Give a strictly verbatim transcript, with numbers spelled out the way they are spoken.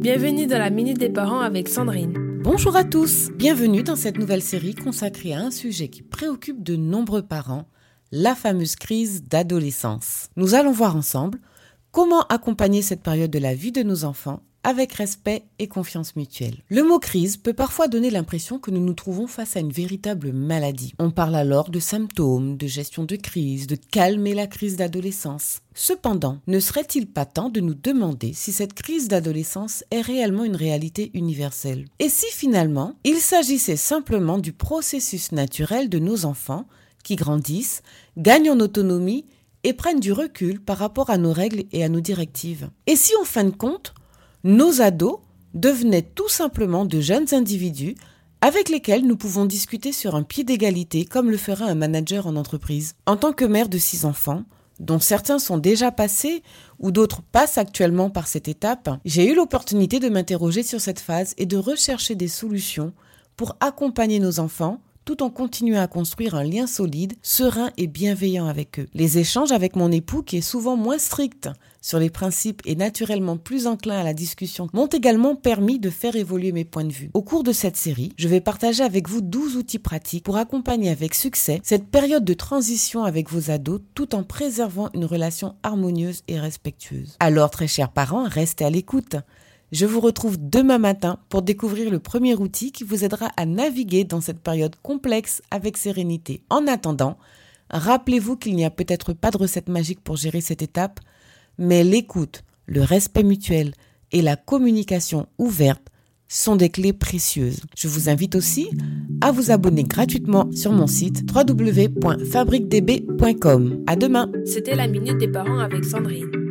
Bienvenue dans la Minute des Parents avec Sandrine. Bonjour à tous, bienvenue dans cette nouvelle série consacrée à un sujet qui préoccupe de nombreux parents, la fameuse crise d'adolescence. Nous allons voir ensemble comment accompagner cette période de la vie de nos enfants avec respect et confiance mutuelle. Le mot crise peut parfois donner l'impression que nous nous trouvons face à une véritable maladie. On parle alors de symptômes, de gestion de crise, de calmer la crise d'adolescence. Cependant, ne serait-il pas temps de nous demander si cette crise d'adolescence est réellement une réalité universelle? Et si finalement, il s'agissait simplement du processus naturel de nos enfants qui grandissent, gagnent en autonomie et prennent du recul par rapport à nos règles et à nos directives? Et si en fin de compte, nos ados devenaient tout simplement de jeunes individus avec lesquels nous pouvons discuter sur un pied d'égalité comme le ferait un manager en entreprise? En tant que mère de six enfants, dont certains sont déjà passés ou d'autres passent actuellement par cette étape, j'ai eu l'opportunité de m'interroger sur cette phase et de rechercher des solutions pour accompagner nos enfants tout en continuant à construire un lien solide, serein et bienveillant avec eux. Les échanges avec mon époux, qui est souvent moins strict sur les principes et naturellement plus enclin à la discussion, m'ont également permis de faire évoluer mes points de vue. Au cours de cette série, je vais partager avec vous douze outils pratiques pour accompagner avec succès cette période de transition avec vos ados tout en préservant une relation harmonieuse et respectueuse. Alors, très chers parents, restez à l'écoute. Je vous retrouve demain matin pour découvrir le premier outil qui vous aidera à naviguer dans cette période complexe avec sérénité. En attendant, rappelez-vous qu'il n'y a peut-être pas de recette magique pour gérer cette étape, mais l'écoute, le respect mutuel et la communication ouverte sont des clés précieuses. Je vous invite aussi à vous abonner gratuitement sur mon site w w w point fabrique d b point com. À demain. C'était la Minute des Parents avec Sandrine.